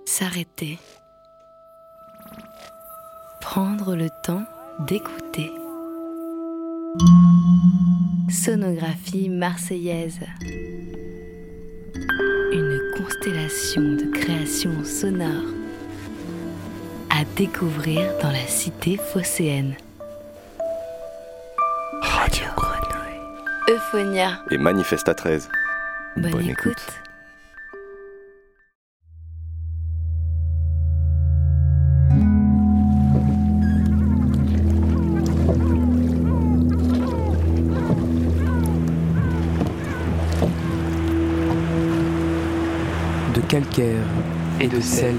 S'arrêter. Prendre le temps d'écouter. Sonographie marseillaise. Une constellation de créations sonores à découvrir dans la cité phocéenne. Radio Grenouille. Euphonia. Et Manifesta 13. Bonne écoute. De calcaire et de sel.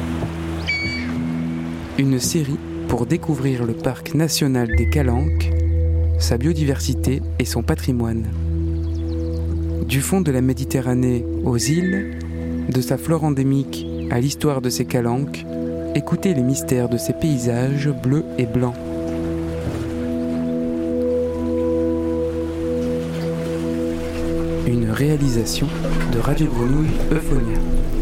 Une série pour découvrir le parc national des Calanques, sa biodiversité et son patrimoine. Du fond de la Méditerranée aux îles, de sa flore endémique à l'histoire de ses calanques, écoutez les mystères de ces paysages bleus et blancs. Une réalisation de Radio Grenouille Euphonia.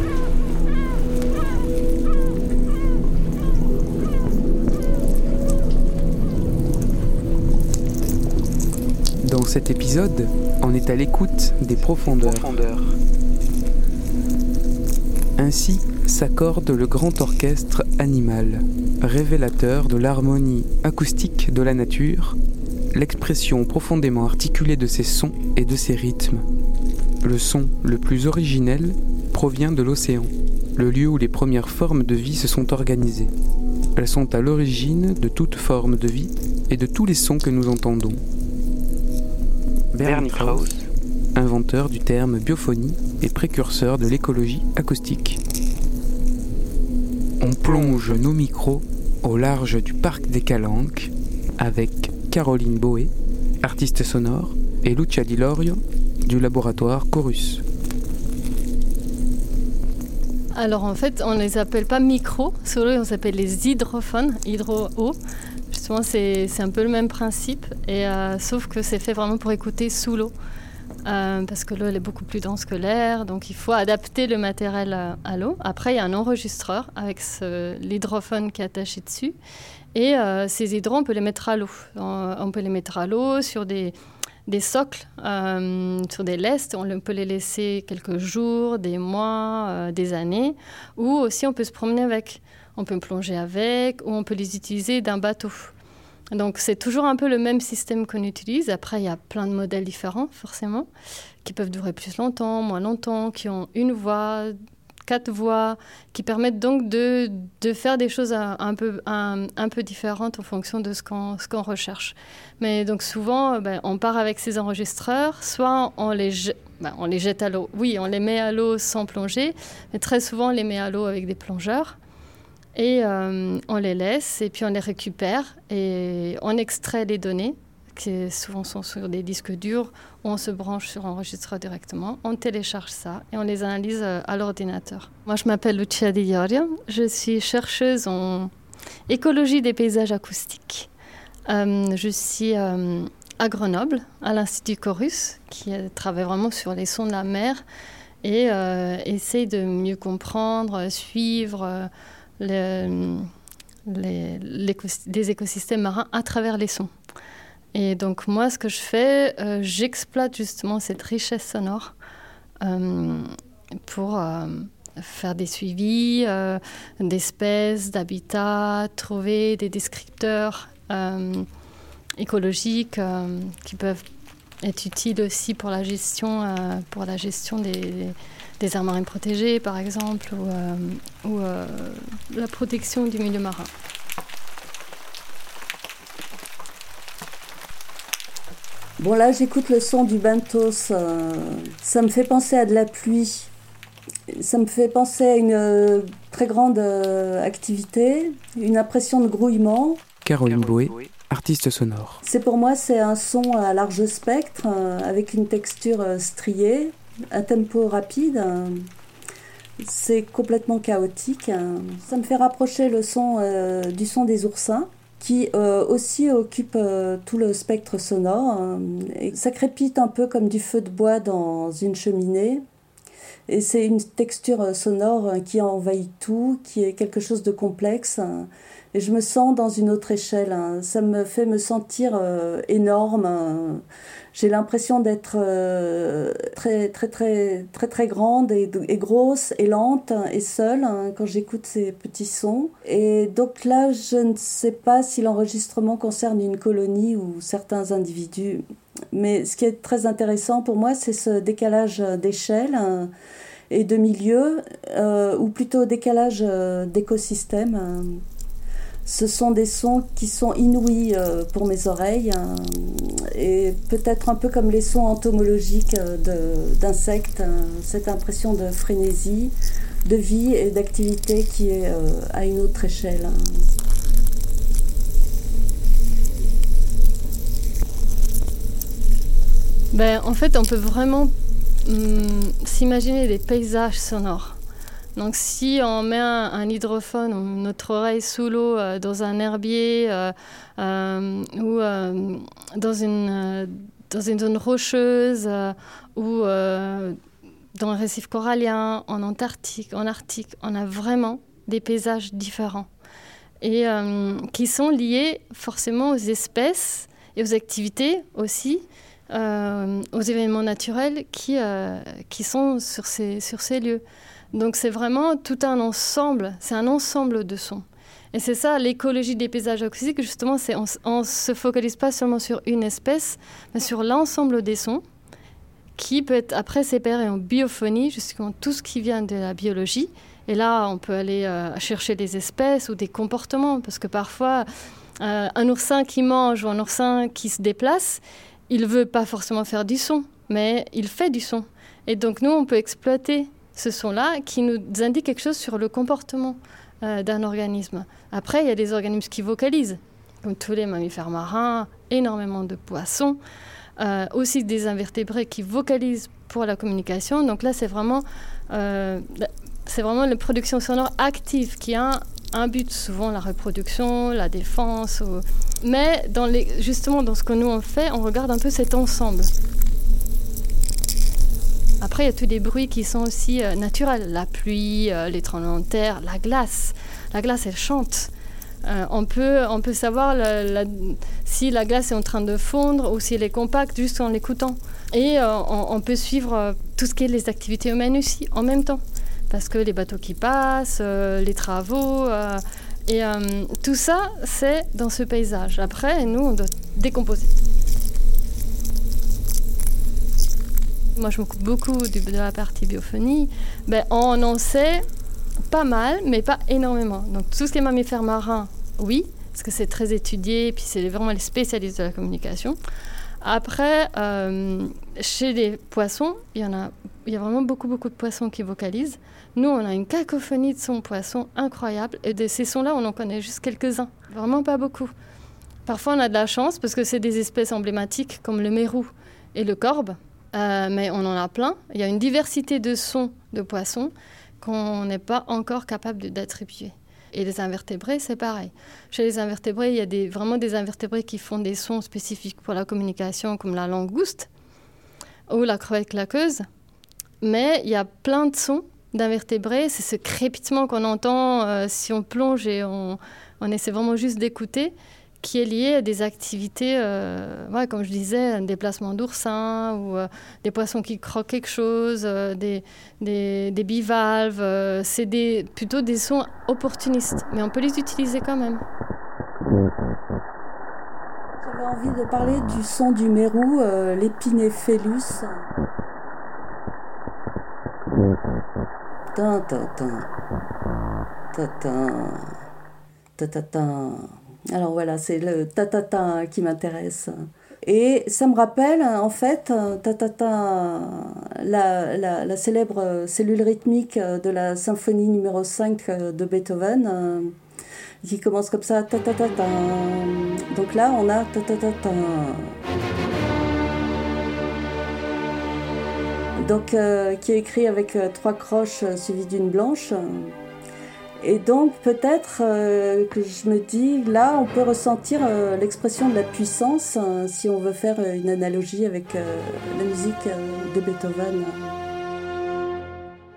Dans cet épisode, on est à l'écoute des profondeurs. Ainsi s'accorde le grand orchestre animal, révélateur de l'harmonie acoustique de la nature, l'expression profondément articulée de ses sons et de ses rythmes. Le son le plus originel provient de l'océan, le lieu où les premières formes de vie se sont organisées. Elles sont à l'origine de toute forme de vie et de tous les sons que nous entendons. Bernie Krause, inventeur du terme biophonie et précurseur de l'écologie acoustique. On plonge nos micros au large du parc des Calanques avec Caroline Boé, artiste sonore, et Lucia Di Lorio du laboratoire Chorus. Alors en fait, on ne les appelle pas micros, sur eux on s'appelle les hydrophones, hydro-O. Justement, c'est un peu le même principe, et, sauf que c'est fait vraiment pour écouter sous l'eau. Parce que l'eau elle est beaucoup plus dense que l'air, donc il faut adapter le matériel à l'eau. Après, il y a un enregistreur avec l'hydrophone qui est attaché dessus. Et ces hydros, on peut les mettre à l'eau. On peut les mettre à l'eau sur des socles, sur des lestes. On peut les laisser quelques jours, des mois, des années. Ou aussi, on peut se promener avec. On peut plonger avec, ou on peut les utiliser d'un bateau. Donc, c'est toujours un peu le même système qu'on utilise. Après, il y a plein de modèles différents, forcément, qui peuvent durer plus longtemps, moins longtemps, qui ont une voix, 4 voix, qui permettent donc de faire des choses un peu différentes en fonction de ce qu'on recherche. Mais donc, souvent, on part avec ces enregistreurs, soit on les jette à l'eau. Oui, on les met à l'eau sans plonger, mais très souvent, on les met à l'eau avec des plongeurs. Et on les laisse et puis on les récupère et on extrait les données qui souvent sont sur des disques durs où on se branche sur l'enregistreur directement. On télécharge ça et on les analyse à l'ordinateur. Moi, je m'appelle Lucia Di Lorio. Je suis chercheuse en écologie des paysages acoustiques. Je suis à Grenoble, à l'Institut Chorus, qui travaille vraiment sur les sons de la mer et essaye de mieux comprendre, suivre des écosystèmes marins à travers les sons. Et donc moi, ce que je fais, j'exploite justement cette richesse sonore pour faire des suivis d'espèces, d'habitats, trouver des descripteurs écologiques qui peuvent être utiles aussi pour la gestion des aires marines protégées, par exemple, ou la protection du milieu marin. Bon, là, j'écoute le son du bentos. Ça me fait penser à de la pluie. Ça me fait penser à une très grande activité, une impression de grouillement. Caroline Boé, artiste sonore. Pour moi, c'est un son à large spectre, avec une texture striée, un tempo rapide. C'est complètement chaotique. Ça me fait rapprocher le son du son des oursins, qui aussi occupe tout le spectre sonore. Et ça crépite un peu comme du feu de bois dans une cheminée. Et c'est une texture sonore qui envahit tout, qui est quelque chose de complexe. Et je me sens dans une autre échelle. Ça me fait me sentir énorme. J'ai l'impression d'être très grande et grosse et lente et seule quand j'écoute ces petits sons. Et donc là, je ne sais pas si l'enregistrement concerne une colonie ou certains individus. Mais ce qui est très intéressant pour moi, c'est ce décalage d'échelle et de milieu, ou plutôt décalage d'écosystème. Ce sont des sons qui sont inouïs pour mes oreilles, et peut-être un peu comme les sons entomologiques d'insectes, cette impression de frénésie, de vie et d'activité qui est à une autre échelle. En fait, on peut vraiment s'imaginer des paysages sonores. Donc si on met un hydrophone ou notre oreille sous l'eau dans un herbier ou dans une zone rocheuse ou dans un récif corallien, en Arctique, on a vraiment des paysages différents et qui sont liés forcément aux espèces et aux activités aussi, aux événements naturels qui sont sur ces lieux. Donc c'est vraiment tout un ensemble, c'est un ensemble de sons. Et c'est ça, l'écologie des paysages acoustiques, justement, on ne se focalise pas seulement sur une espèce, mais sur l'ensemble des sons, qui peut être après séparé en biophonie, justement tout ce qui vient de la biologie. Et là, on peut aller chercher des espèces ou des comportements, parce que parfois, un oursin qui mange ou un oursin qui se déplace, il ne veut pas forcément faire du son, mais il fait du son. Et donc nous, on peut exploiter ce son-là qui nous indique quelque chose sur le comportement d'un organisme. Après, il y a des organismes qui vocalisent, comme tous les mammifères marins, énormément de poissons, aussi des invertébrés qui vocalisent pour la communication. Donc là, c'est vraiment la production sonore active qui a un but, souvent la reproduction, la défense. Mais justement, dans ce que nous on fait, on regarde un peu cet ensemble. Après, il y a tous des bruits qui sont aussi naturels. La pluie, les tremblements de terre, la glace. La glace, elle chante. On peut savoir si la glace est en train de fondre ou si elle est compacte juste en l'écoutant. Et on peut suivre tout ce qui est les activités humaines aussi, en même temps. Parce que les bateaux qui passent, les travaux, tout ça, c'est dans ce paysage. Après, nous, on doit décomposer. Moi, je m'occupe beaucoup de la partie biophonie. On en sait pas mal, mais pas énormément. Donc, tout ce qui est mammifères marins, oui, parce que c'est très étudié, et puis c'est vraiment les spécialistes de la communication. Après, chez les poissons, il y a vraiment beaucoup de poissons qui vocalisent. Nous, on a une cacophonie de sons poissons incroyable, et de ces sons-là, on en connaît juste quelques-uns, vraiment pas beaucoup. Parfois, on a de la chance, parce que c'est des espèces emblématiques, comme le mérou et le corbe. Mais on en a plein. Il y a une diversité de sons de poissons qu'on n'est pas encore capable d'attribuer. Et les invertébrés, c'est pareil. Chez les invertébrés, il y a vraiment des invertébrés qui font des sons spécifiques pour la communication, comme la langouste ou la crevette claqueuse. Mais il y a plein de sons d'invertébrés. C'est ce crépitement qu'on entend si on plonge et on essaie vraiment juste d'écouter, qui est lié à des activités, comme je disais, un déplacement d'oursins ou des poissons qui croquent quelque chose, des bivalves. C'est plutôt des sons opportunistes, mais on peut les utiliser quand même. J'avais envie de parler du son du mérou, l'Epinephelus. Tin, tin, tin. Ta, tin. Ta, ta, tin. Alors voilà, c'est le ta-ta-ta qui m'intéresse. Et ça me rappelle, en fait, ta-ta-ta, la célèbre cellule rythmique de la symphonie numéro 5 de Beethoven, qui commence comme ça, ta-ta-ta-ta. Donc là, on a ta-ta-ta-ta. Donc, qui est écrit avec 3 croches suivies d'une blanche. Et donc peut-être que je me dis, là on peut ressentir l'expression de la puissance si on veut faire une analogie avec la musique de Beethoven.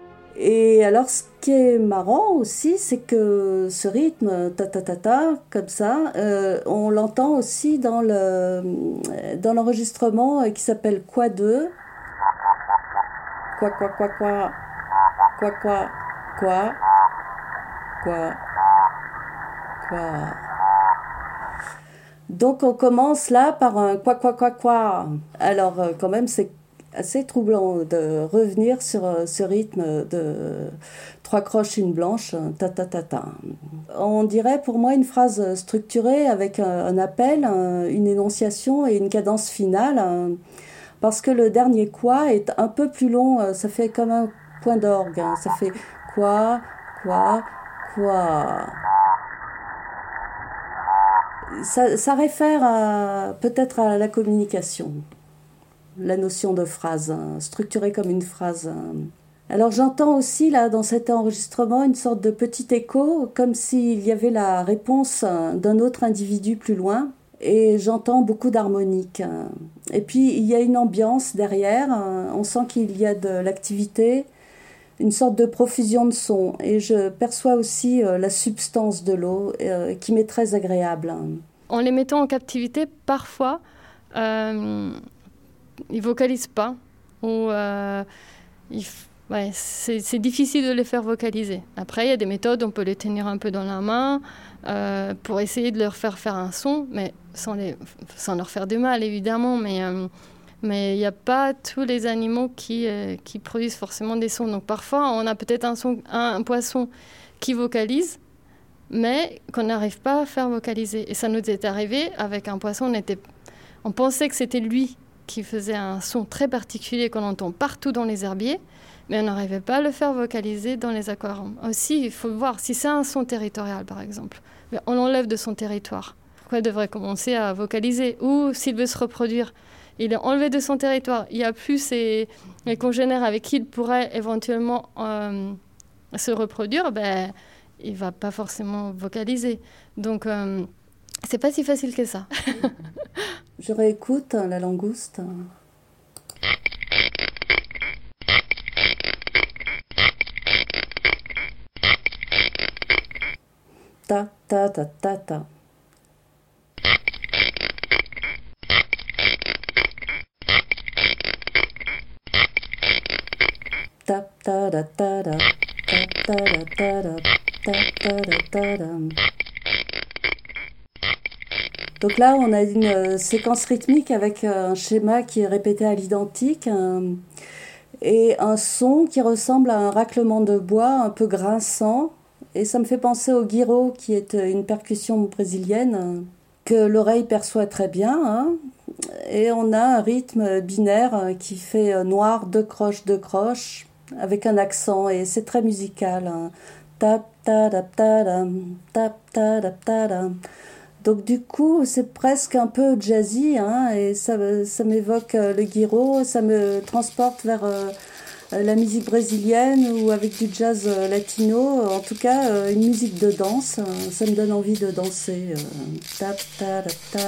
Et alors, ce qui est marrant aussi, c'est que ce rythme ta-ta-ta-ta, comme ça, on l'entend aussi dans l'enregistrement qui s'appelle Quoi 2. Quoi, quoi, quoi, quoi, quoi, quoi, quoi, quoi, quoi. Donc on commence là par un quoi, quoi, quoi, quoi. Alors quand même, c'est assez troublant de revenir sur ce rythme de 3 croches, une blanche, ta ta ta ta. On dirait pour moi une phrase structurée avec un appel, une énonciation et une cadence finale, parce que le dernier quoi est un peu plus long, ça fait comme un point d'orgue, ça fait quoi, quoi, quoi. Ça réfère peut-être à la communication. La notion de phrase, structurée comme une phrase. Alors j'entends aussi là dans cet enregistrement une sorte de petit écho, comme s'il y avait la réponse d'un autre individu plus loin, et j'entends beaucoup d'harmoniques. Et puis il y a une ambiance derrière, on sent qu'il y a de l'activité, une sorte de profusion de sons, et je perçois aussi la substance de l'eau qui m'est très agréable. En les mettant en captivité, parfois, ils vocalisent pas, ou c'est difficile de les faire vocaliser. Après, il y a des méthodes, on peut les tenir un peu dans la main pour essayer de leur faire un son, mais sans leur faire du mal, évidemment. Mais il n'y a pas tous les animaux qui produisent forcément des sons. Donc parfois, on a peut-être un poisson qui vocalise, mais qu'on n'arrive pas à faire vocaliser. Et ça nous est arrivé avec un poisson, on pensait que c'était lui qui faisait un son très particulier qu'on entend partout dans les herbiers, mais on n'arrivait pas à le faire vocaliser dans les aquariums. Aussi, il faut voir, si c'est un son territorial par exemple, on l'enlève de son territoire. Pourquoi il devrait commencer à vocaliser? Ou s'il veut se reproduire, il est enlevé de son territoire, il n'y a plus les congénères avec qui il pourrait éventuellement se reproduire, il ne va pas forcément vocaliser. Donc, c'est pas si facile que ça. Je réécoute la langouste. Ta ta ta ta ta. Ta ta ta ta ta ta ta ta ta ta. Donc là, on a une séquence rythmique avec un schéma qui est répété à l'identique et un son qui ressemble à un raclement de bois un peu grinçant. Et ça me fait penser au guiro, qui est une percussion brésilienne que l'oreille perçoit très bien. Et on a un rythme binaire qui fait noir, 2 croches, 2 croches, avec un accent. Et c'est très musical. Tap, ta, tap, ta, tap, ta, tap, ta. Donc du coup, c'est presque un peu jazzy, et ça m'évoque le guiro, ça me transporte vers la musique brésilienne ou avec du jazz latino, en tout cas une musique de danse, ça me donne envie de danser. Tap, ta, tap, ta,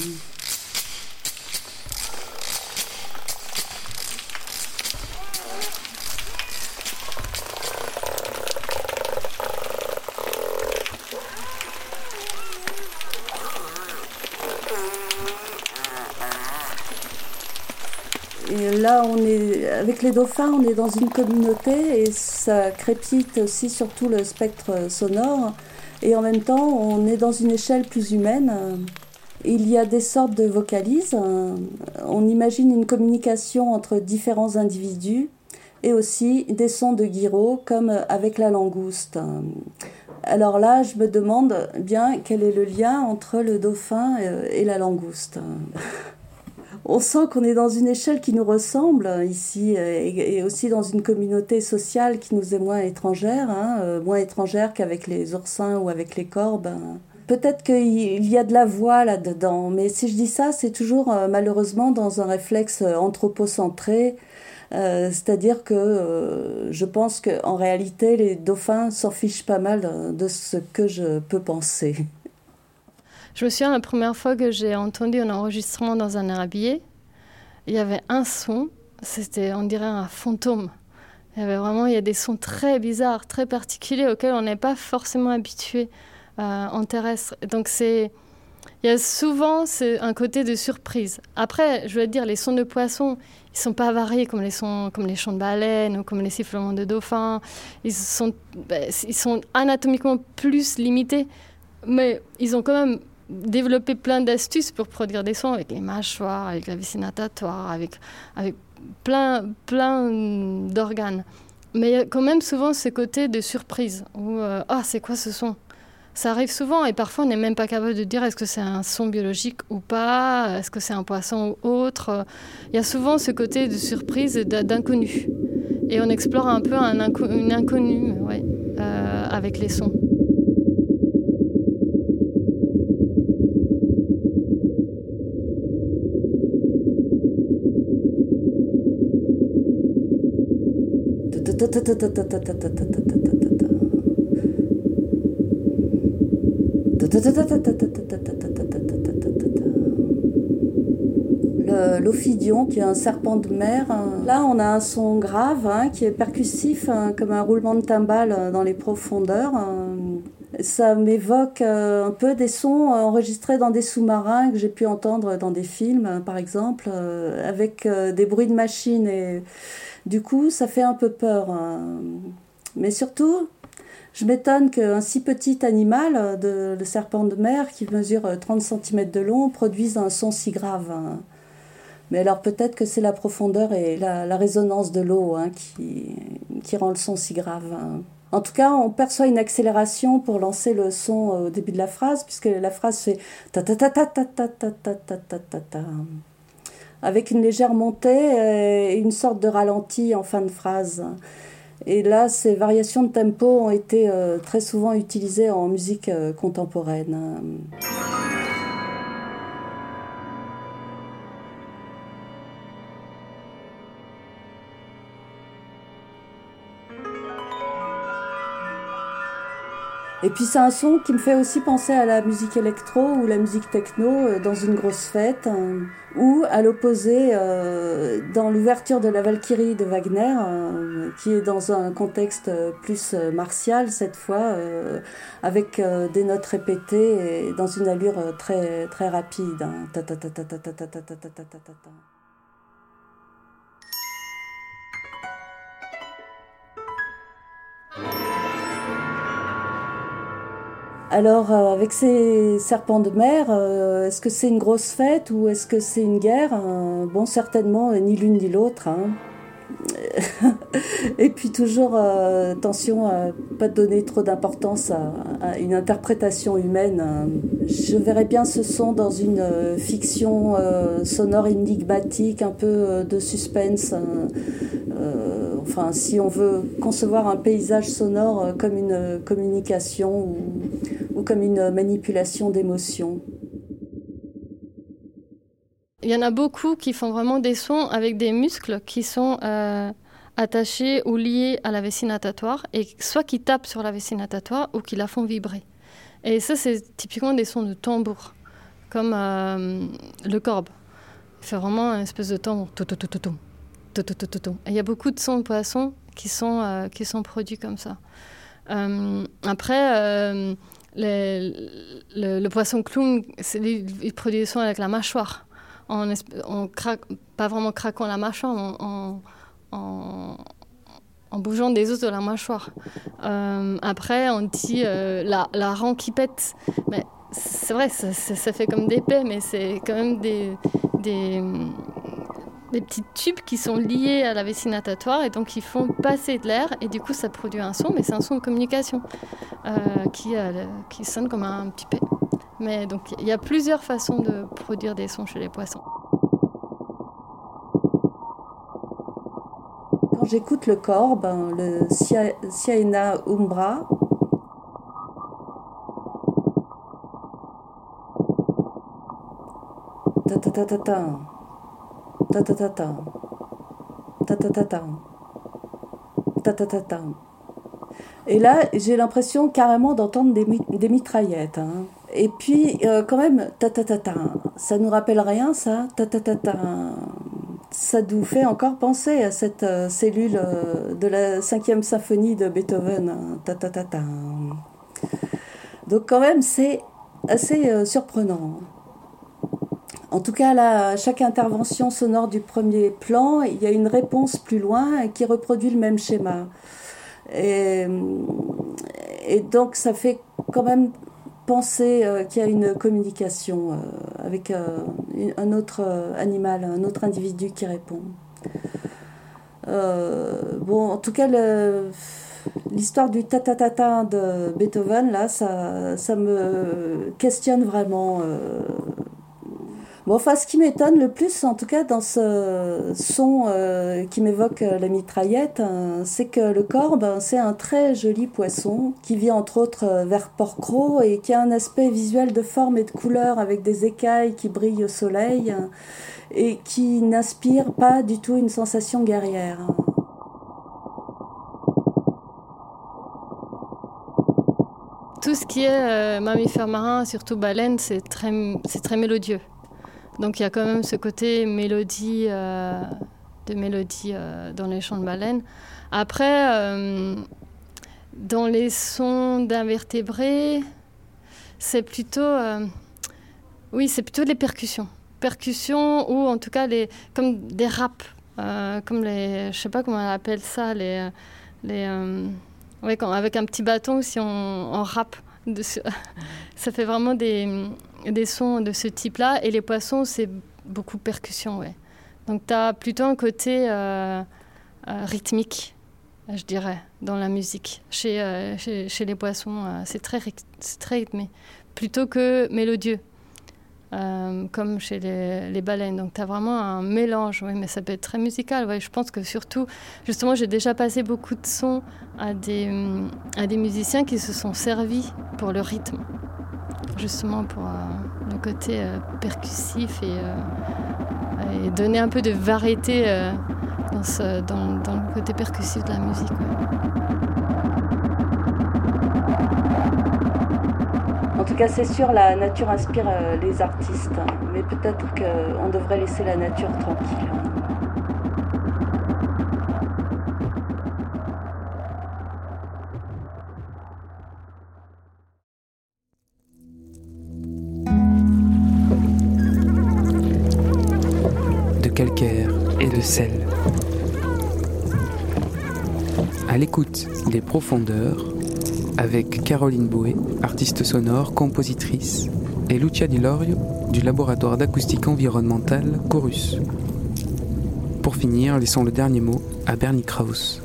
Et là, avec les dauphins, on est dans une communauté et ça crépite aussi sur tout le spectre sonore. Et en même temps, on est dans une échelle plus humaine. Il y a des sortes de vocalises. On imagine une communication entre différents individus et aussi des sons de guiro, comme avec la langouste. Alors là, je me demande bien quel est le lien entre le dauphin et la langouste. On sent qu'on est dans une échelle qui nous ressemble ici et aussi dans une communauté sociale qui nous est moins étrangère, moins étrangère qu'avec les oursins ou avec les corbes. Peut-être qu'il y a de la voix là-dedans, mais si je dis ça, c'est toujours malheureusement dans un réflexe anthropocentré, c'est-à-dire que je pense qu'en réalité, les dauphins s'en fichent pas mal de ce que je peux penser. Je me souviens la première fois que j'ai entendu un enregistrement dans un herbier, il y avait un son, c'était on dirait un fantôme. Il y a des sons très bizarres, très particuliers auxquels on n'est pas forcément habitué en terrestre. Donc il y a souvent un côté de surprise. Après, je veux dire, les sons de poissons, ils ne sont pas variés comme les chants de baleines ou comme les sifflements de dauphins. Ils sont anatomiquement plus limités, mais ils ont quand même développé plein d'astuces pour produire des sons avec les mâchoires, avec la vessie natatoire, avec plein d'organes. Mais il y a quand même souvent ce côté de surprise, où c'est quoi ce son ? Ça arrive souvent et parfois on n'est même pas capable de dire est-ce que c'est un son biologique ou pas, est-ce que c'est un poisson ou autre. Il y a souvent ce côté de surprise et d'inconnu. Et on explore un peu une inconnue avec les sons. L'ophidion, qui est un serpent de mer. Là, on a un son grave qui est percussif, comme un roulement de timbales dans les profondeurs. Ça m'évoque un peu des sons enregistrés dans des sous-marins que j'ai pu entendre dans des films, par exemple, avec des bruits de machines. Et du coup, ça fait un peu peur. Mais surtout, je m'étonne qu'un si petit animal, le serpent de mer, qui mesure 30 cm de long, produise un son si grave. Mais alors peut-être que c'est la profondeur et la résonance de l'eau qui rend le son si grave. En tout cas, on perçoit une accélération pour lancer le son au début de la phrase, puisque la phrase fait ta ta ta ta ta ta ta ta ta ta ta ta, avec une légère montée et une sorte de ralenti en fin de phrase. Et là, ces variations de tempo ont été très souvent utilisées en musique contemporaine. Et puis c'est un son qui me fait aussi penser à la musique électro ou la musique techno dans une grosse fête, ou à l'opposé dans l'ouverture de la Valkyrie de Wagner, qui est dans un contexte plus martial cette fois, avec des notes répétées et dans une allure très très rapide. Ta ta ta ta ta ta ta ta ta ta ta ta. Alors, avec ces serpents de mer, est-ce que c'est une grosse fête ou est-ce que c'est une guerre ? Bon, certainement, ni l'une ni l'autre. Et puis toujours, attention à pas donner trop d'importance à une interprétation humaine. Je verrais bien ce son dans une fiction sonore énigmatique, un peu de suspense. Enfin, si on veut concevoir un paysage sonore comme une communication ou comme une manipulation d'émotions. Il y en a beaucoup qui font vraiment des sons avec des muscles qui sont attachés ou liés à la vessie natatoire, et soit qui tapent sur la vessie natatoire ou qui la font vibrer. Et ça, c'est typiquement des sons de tambour, comme le corbe. Il fait vraiment une espèce de tambour. Et il y a beaucoup de sons de poissons qui sont produits comme ça. Après, le poisson clown, il produit des sons avec la mâchoire. Pas vraiment craquant la mâchoire, en bougeant des os de la mâchoire. Après, on dit la rang qui pète. Mais c'est vrai, ça fait comme des pets, mais c'est quand même des petits tubes qui sont liés à la vessie natatoire et donc qui font passer de l'air, et du coup ça produit un son, mais c'est un son de communication qui sonne comme un petit pet. Mais donc il y a plusieurs façons de produire des sons chez les poissons. Quand j'écoute le corbe, le Syaina umbra, ta ta ta ta ta ta ta ta ta ta ta ta ta ta ta ta. Et là, j'ai l'impression carrément d'entendre des mitraillettes. Et puis, quand même, ta ta ta ta. Ça nous rappelle rien, ça, ta ta ta ta. ça nous fait encore penser à cette cellule de la 5e symphonie de Beethoven. Ta, ta, ta, ta. Donc quand même, c'est assez surprenant. En tout cas, là, à chaque intervention sonore du premier plan, il y a une réponse plus loin qui reproduit le même schéma. Et donc, ça fait quand même penser qu'il y a une communication avec un autre animal, un autre individu qui répond. Bon, en tout cas, l'histoire du ta-ta-ta-ta de Beethoven, là, ça me questionne vraiment. Bon, enfin, ce qui m'étonne le plus, en tout cas, dans ce son qui m'évoque la mitraillette, c'est que le corbe, c'est un très joli poisson qui vit entre autres vers Porquerolles et qui a un aspect visuel de forme et de couleur avec des écailles qui brillent au soleil et qui n'inspire pas du tout une sensation guerrière. Tout ce qui est mammifère marin, surtout baleine, c'est très mélodieux. Donc il y a quand même ce côté mélodie, dans les chants de baleines. Après, dans les sons d'invertébrés, c'est plutôt les percussions. Percussions ou en tout cas comme des raps, comme je sais pas comment on appelle ça, avec un petit bâton si on rappe dessus. Ça fait vraiment des sons de ce type-là. Et les poissons, c'est beaucoup percussion, ouais. Donc tu as plutôt un côté rythmique, je dirais, dans la musique. Chez les poissons, c'est très rythmé, plutôt que mélodieux, comme chez les baleines. Donc tu as vraiment un mélange, ouais, mais ça peut être très musical. Ouais. Je pense que surtout, justement, j'ai déjà passé beaucoup de sons à des musiciens qui se sont servis pour le rythme, justement pour le côté percussif et donner un peu de variété dans le côté percussif de la musique. Ouais. En tout cas, c'est sûr, la nature inspire les artistes, mais peut-être qu'on devrait laisser la nature tranquille. De calcaire et de sel. À l'écoute des profondeurs, avec Caroline Bouet, artiste sonore, compositrice, et Lucia Di Lorio, du laboratoire d'acoustique environnementale Chorus. Pour finir, laissons le dernier mot à Bernie Krause.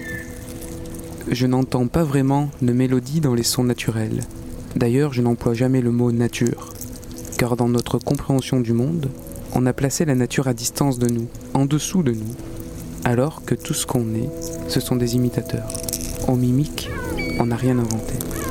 Je n'entends pas vraiment de mélodie dans les sons naturels. D'ailleurs, je n'emploie jamais le mot nature, car dans notre compréhension du monde, on a placé la nature à distance de nous, en dessous de nous, alors que tout ce qu'on est, ce sont des imitateurs. On mimique, on n'a rien inventé.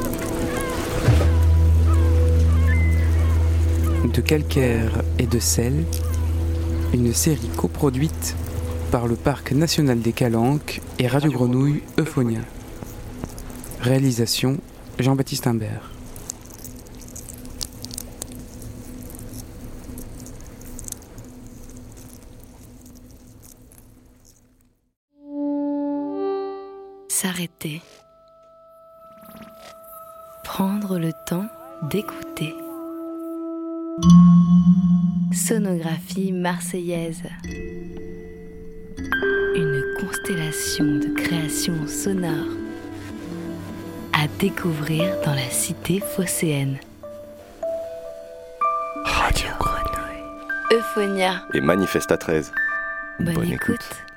De calcaire et de sel, une série coproduite par le Parc national des Calanques et Radio Grenouille Euphonia. Réalisation Jean-Baptiste Imbert. S'arrêter. Prendre le temps d'écouter. Sonographie marseillaise. Une constellation de créations sonores à découvrir dans la cité phocéenne. Radio Grenouille. Euphonia. Et Manifesta 13. Bonne écoute.